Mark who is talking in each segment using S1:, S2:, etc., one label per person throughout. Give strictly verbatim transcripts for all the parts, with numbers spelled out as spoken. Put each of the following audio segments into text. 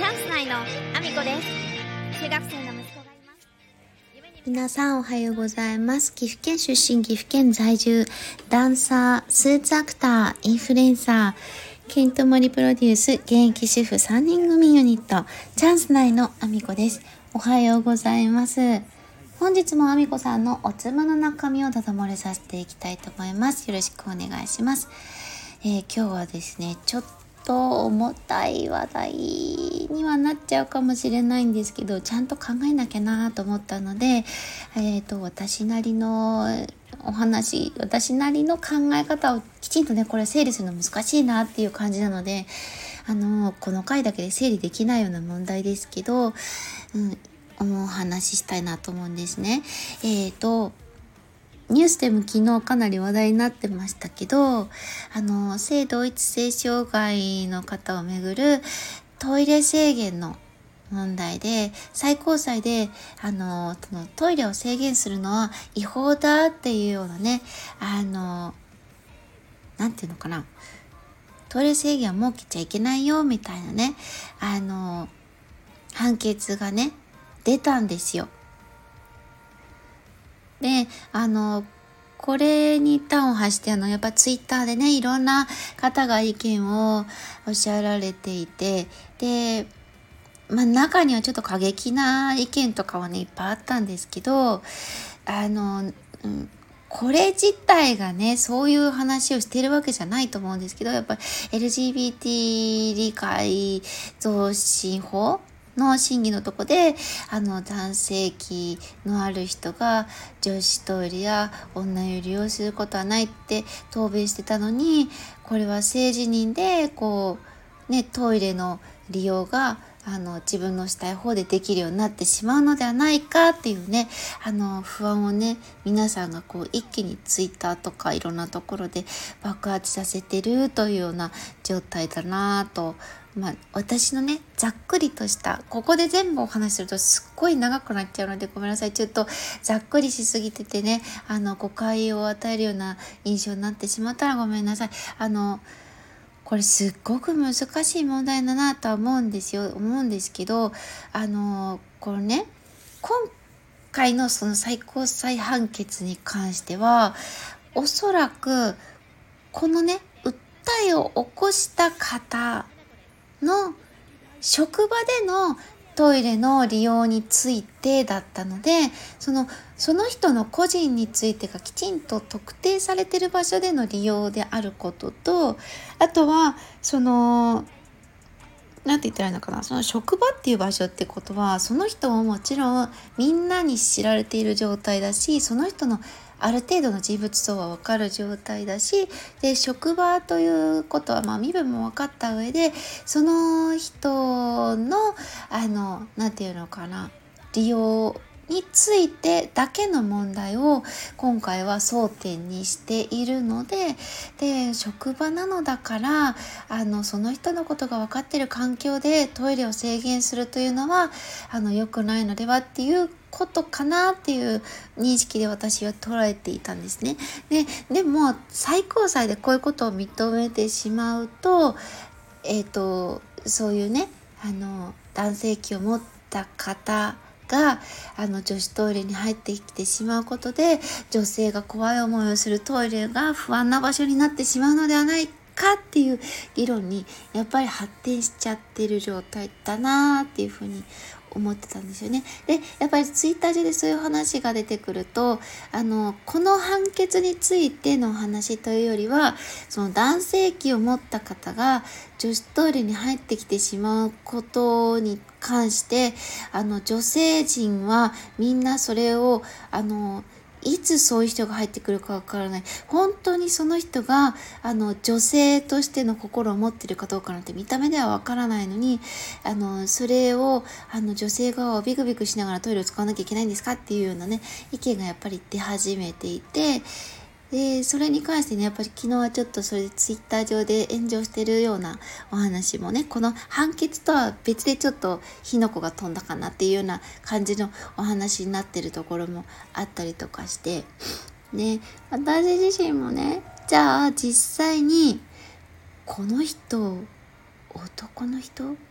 S1: チャンス内のアミコです。中学生の息子がいます。
S2: 皆さんおはようございます。岐阜県出身、岐阜県在住、ダンサー、スーツアクター、インフルエンサー、ケントモリプロデュース、現役主婦さんにん組ユニット、チャンス内のアミコです。おはようございます。本日もアミコさんのおつまの中身をただ漏れさせていきたいと思います。よろしくお願いします。えー、今日はですね、ちょっと重たい話題にはなっちゃうかもしれないんですけど、ちゃんと考えなきゃなと思ったので、えーと、私なりのお話、私なりの考え方をきちんとね、これ整理するの難しいなっていう感じなので、あの、この回だけで整理できないような問題ですけど、うん、お話ししたいなと思うんですね。えーと、ニュースでも昨日かなり話題になってましたけど、あの、性同一性障害の方をめぐるトイレ制限の問題で、最高裁で、あの、そのトイレを制限するのは違法だっていうようなね、あの、なんていうのかな、トイレ制限は設けちゃいけないよみたいなね、あの、判決がね、出たんですよ。で、あの、これに端を発してあのやっぱツイッターでね、いろんな方が意見をおっしゃられていて、で、まあ中にはちょっと過激な意見とかはねいっぱいあったんですけど、あの、うん、これ自体がねそういう話をしてるわけじゃないと思うんですけど、やっぱり エルジービーティー 理解増進法の審議のとこで、あの男性器のある人が女子トイレや女湯を利用することはないって答弁してたのに、これは性自認でこうねトイレの利用があの自分のしたい方でできるようになってしまうのではないかっていうね、あの不安をね皆さんがこう一気にツイッターとかいろんなところで爆発させてるというような状態だなと。まあ、私のねざっくりとしたここで全部お話しするとすっごい長くなっちゃうのでごめんなさい。ちょっとざっくりしすぎててね、あの誤解を与えるような印象になってしまったらごめんなさい。あのこれすっごく難しい問題だなとは思うんですよ思うんですけど、あのこれね今回のその最高裁判決に関してはおそらくこのね訴えを起こした方の職場でのトイレの利用についてだったので、そのその人の個人についてがきちんと特定されている場所での利用であることと、あとはそのなんて言ったらいいのかな、その職場っていう場所ってことはその人ももちろんみんなに知られている状態だし、その人のある程度の人物像は分かる状態だし、で職場ということはまあ身分も分かった上で、その人のあのなんていうのかな利用についてだけの問題を今回は争点にしているので、で職場なのだからあのその人のことが分かっている環境でトイレを制限するというのはあの良くないのではっていうことかなっていう認識で私は捉えていたんですね。で、でも最高裁でこういうことを認めてしまうと、えっとそういうねあの男性器を持った方があの女子トイレに入ってきてしまうことで、女性が怖い思いをするトイレが不安な場所になってしまうのではないかっていう議論にやっぱり発展しちゃってる状態だなっていうふうに思ってたんですよね。で、やっぱりツイッター上でそういう話が出てくると、あのこの判決についての話というよりは、その男性器を持った方が女子トイレに入ってきてしまうことに関して、あの女性陣はみんなそれをあのいつそういう人が入ってくるかわからない。本当にその人があの女性としての心を持っているかどうかなんて見た目ではわからないのに、あのそれをあの女性側をビクビクしながらトイレを使わなきゃいけないんですかっていうようなね意見がやっぱり出始めていて、でそれに関してねやっぱり昨日はちょっとそれでツイッター上で炎上してるようなお話もね、この判決とは別でちょっと火の粉が飛んだかなっていうような感じのお話になってるところもあったりとかして、ね、私自身もね、じゃあ実際にこの人男の人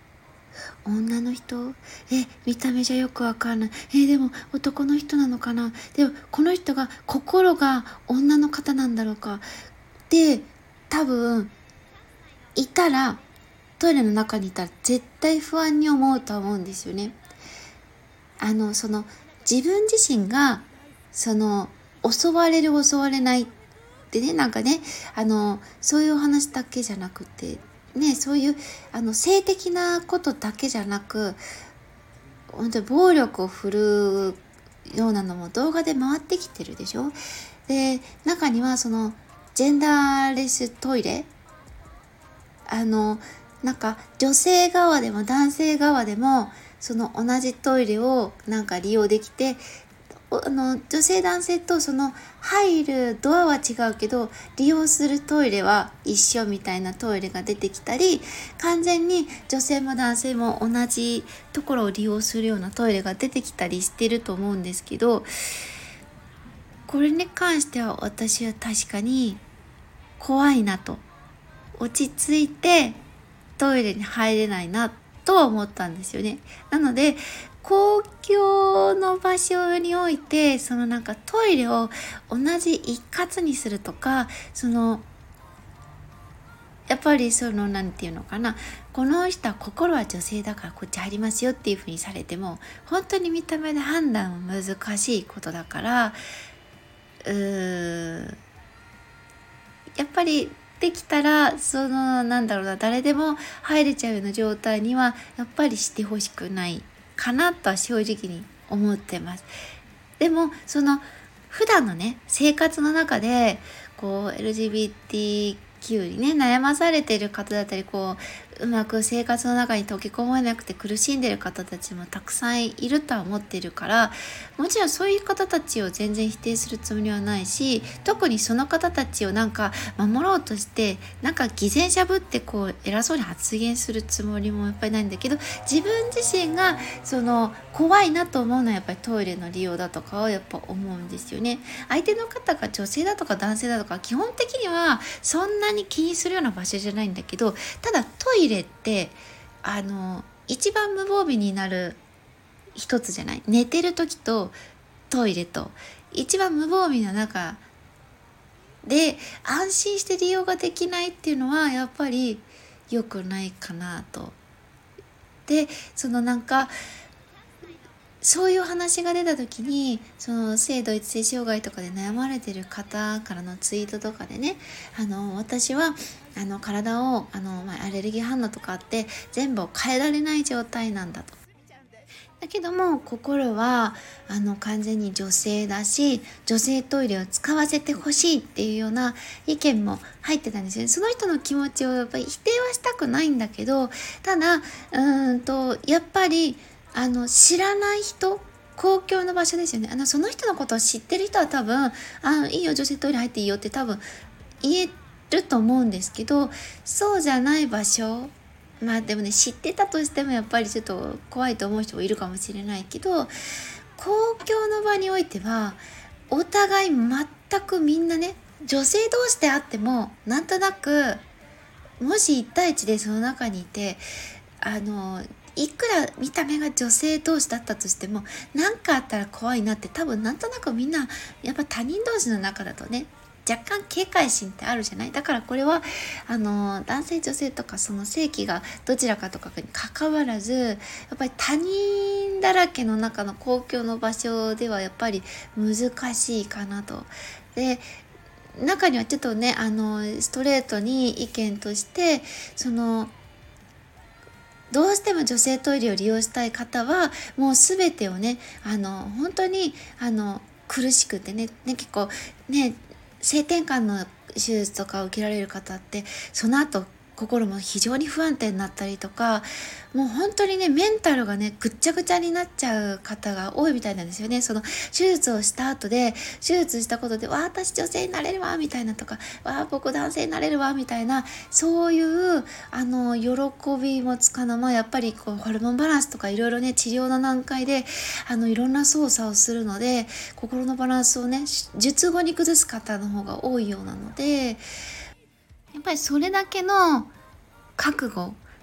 S2: 女の人、え見た目じゃよくわかんない、えでも男の人なのかな、でもこの人が心が女の方なんだろうかで、多分いたらトイレの中にいたら絶対不安に思うと思うんですよね。あのその自分自身がその襲われる襲われないってね、なんかね、あのそういうお話だけじゃなくてね、そういうあの性的なことだけじゃなく、本当に暴力を振るうようなのも動画で回ってきてるでしょ。で、中にはそのジェンダーレストイレ、あのなんか女性側でも男性側でもその同じトイレをなんか利用できて、あの女性男性とその入るドアは違うけど利用するトイレは一緒みたいなトイレが出てきたり、完全に女性も男性も同じところを利用するようなトイレが出てきたりしてると思うんですけど、これに関しては私は確かに怖いなと、落ち着いてトイレに入れないなとは思ったんですよね。なので公共の場所においてそのなんかトイレを同じ一括にするとか、そのやっぱりそのなんていうのかな、この人は心は女性だからこっち入りますよっていう風にされても本当に見た目で判断は難しいことだから、うーんやっぱりできたらそのなんだろうな、誰でも入れちゃうような状態にはやっぱりしてほしくないかなとは正直に思ってます。でもその普段のね生活の中でこう エルジービーティーキュー にね悩まされている方だったり、こううまく生活の中に溶け込まなくて苦しんでいる方たちもたくさんいるとは思っているから、もちろんそういう方たちを全然否定するつもりはないし、特にその方たちをなんか守ろうとしてなんか偽善しゃぶってこう偉そうに発言するつもりもやっぱりないんだけど、自分自身がその怖いなと思うのはやっぱりトイレの利用だとかはやっぱ思うんですよね。相手の方が女性だとか男性だとか基本的にはそんなに気にするような場所じゃないんだけど、ただトイレってあの一番無防備になる一つじゃない。寝てる時とトイレと一番無防備な中で安心して利用ができないっていうのはやっぱり良くないかなと。でそのなんかそういう話が出た時に、その性同一性障害とかで悩まれてる方からのツイートとかでね、あの私はあの体をあの、まあ、アレルギー反応とかあって全部を変えられない状態なんだと。だけども心はあの完全に女性だし、女性トイレを使わせてほしいっていうような意見も入ってたんですよね。その人の気持ちをやっぱり否定はしたくないんだけど、ただうーんとやっぱりあの知らない人、公共の場所ですよね。あのその人のことを知ってる人は多分あいいよ女性トイレ入っていいよって多分言えると思うんですけど、そうじゃない場所、まあでもね知ってたとしてもやっぱりちょっと怖いと思う人もいるかもしれないけど、公共の場においてはお互い全くみんなね、女性同士であってもなんとなくもしいち対いちでその中にいて、あのいくら見た目が女性同士だったとしても何かあったら怖いなって多分なんとなくみんなやっぱ他人同士の中だとね若干警戒心ってあるじゃない。だからこれはあの男性女性とかその性器がどちらかとかに関わらず、やっぱり他人だらけの中の公共の場所ではやっぱり難しいかなと。で中にはちょっとねあのストレートに意見としてそのどうしても女性トイレを利用したい方はもう全てをねあの本当にあの苦しくて ね, ね結構ね性転換の手術とかを受けられる方ってその後心も非常に不安定になったりとか、もう本当にねメンタルがねぐっちゃぐちゃになっちゃう方が多いみたいなんですよね。その手術をした後で手術したことでわあ私女性になれるわみたいなとか、わあ僕男性になれるわみたいな、そういうあの喜びもつかの間やっぱりこうホルモンバランスとかいろいろね治療の段階であのいろんな操作をするので心のバランスをね術後に崩す方の方が多いようなので、やっぱりそれだけの覚悟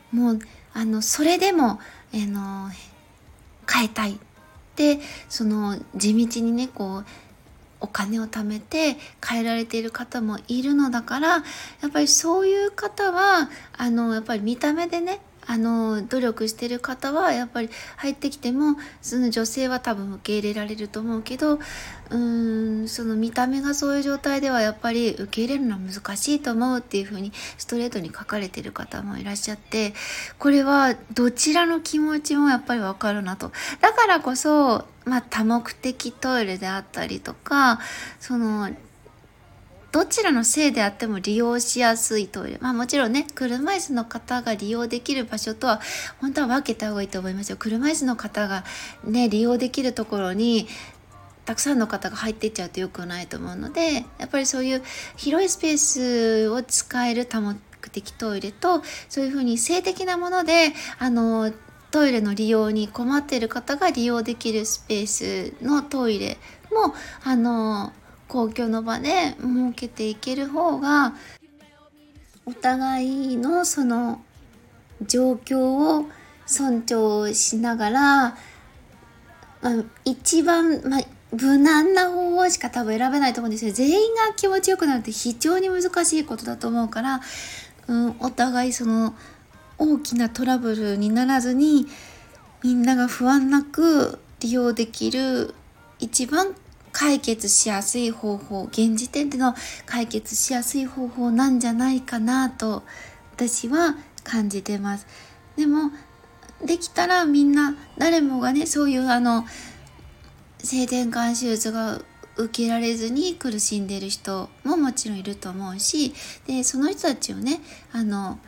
S2: もうあのそれでも、あの変えたいで、その地道にねこうお金を貯めて変えられている方もいるのだから、やっぱりそういう方はあのやっぱり見た目でねあの努力してる方はやっぱり入ってきてもその女性は多分受け入れられると思うけど、うーんその見た目がそういう状態ではやっぱり受け入れるのは難しいと思うっていう風にストレートに書かれてる方もいらっしゃって、これはどちらの気持ちもやっぱりわかるなと。だからこそ、まあ、多目的トイレであったりとか、そのどちらのせいであっても利用しやすいトイレ、まあもちろんね車椅子の方が利用できる場所とは本当は分けた方がいいと思いますよ。車椅子の方がね利用できるところにたくさんの方が入っていっちゃうと良くないと思うので、やっぱりそういう広いスペースを使える多目的トイレと、そういうふうに性的なものであのトイレの利用に困っている方が利用できるスペースのトイレもあの公共の場で設けていける方が、お互いのその状況を尊重しながら、まあ、一番、まあ、無難な方法しか多分選べないと思うんですよ。全員が気持ちよくなるって非常に難しいことだと思うから、うん、お互いその大きなトラブルにならずにみんなが不安なく利用できる一番解決しやすい方法、現時点での解決しやすい方法なんじゃないかなと私は感じてます。でもできたらみんな誰もがねそういうあの性転換手術が受けられずに苦しんでいる人ももちろんいると思うし、でその人たちをねあの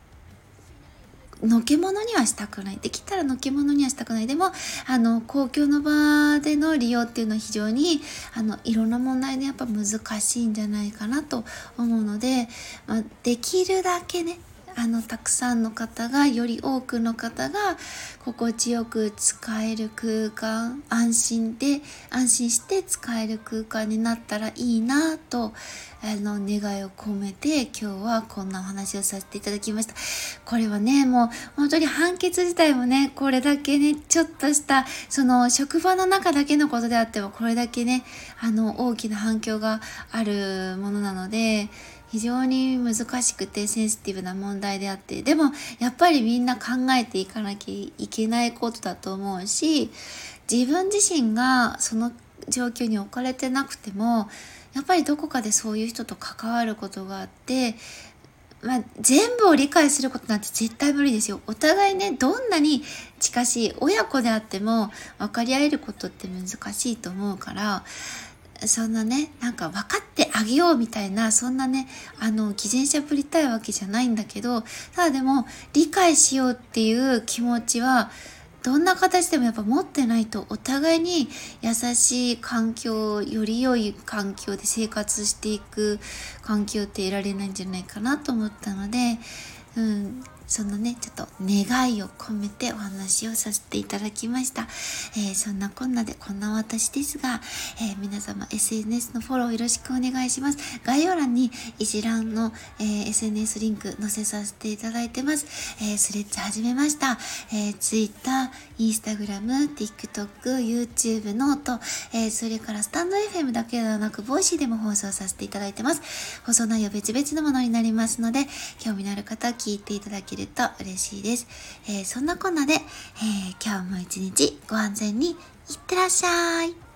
S2: のけものにはしたくない、できたらのけものにはしたくない、でもあの公共の場での利用っていうのは非常にあのいろんな問題でやっぱ難しいんじゃないかなと思うので、まあ、できるだけねあのたくさんの方がより多くの方が心地よく使える空間、安心で安心して使える空間になったらいいなとあの願いを込めて今日はこんなお話をさせていただきました。これはねもう本当に判決自体もねこれだけねちょっとしたその職場の中だけのことであってもこれだけねあの大きな反響があるものなので非常に難しくてセンシティブな問題であって、でもやっぱりみんな考えていかなきゃいけないことだと思うし、自分自身がその状況に置かれてなくてもやっぱりどこかでそういう人と関わることがあって、まあ、全部を理解することなんて絶対無理ですよ。お互いねどんなに近しい親子であっても分かり合えることって難しいと思うから、そんなねなんか分かってあげようみたいなそんなねあの偽善者ぶりたいわけじゃないんだけど、ただでも理解しようっていう気持ちはどんな形でもやっぱ持ってないとお互いに優しい環境、より良い環境で生活していく環境って得られないんじゃないかなと思ったので、うん、そのねちょっと願いを込めてお話をさせていただきました。えー、そんなこんなでこんな私ですが、えー、皆様 エスエヌエス のフォローよろしくお願いします。概要欄に一覧の、えー、エスエヌエス リンク載せさせていただいてます。えー、スレッチ始めました。えー、Twitter、Instagram、TikTok、YouTube ノート、えー、それからスタンド エフエム だけではなくボイシーでも放送させていただいてます。放送内容別々のものになりますので興味のある方は聞いていただけると嬉しいです。えー、そんなこんなで、えー、今日も一日ご安全にいってらっしゃい。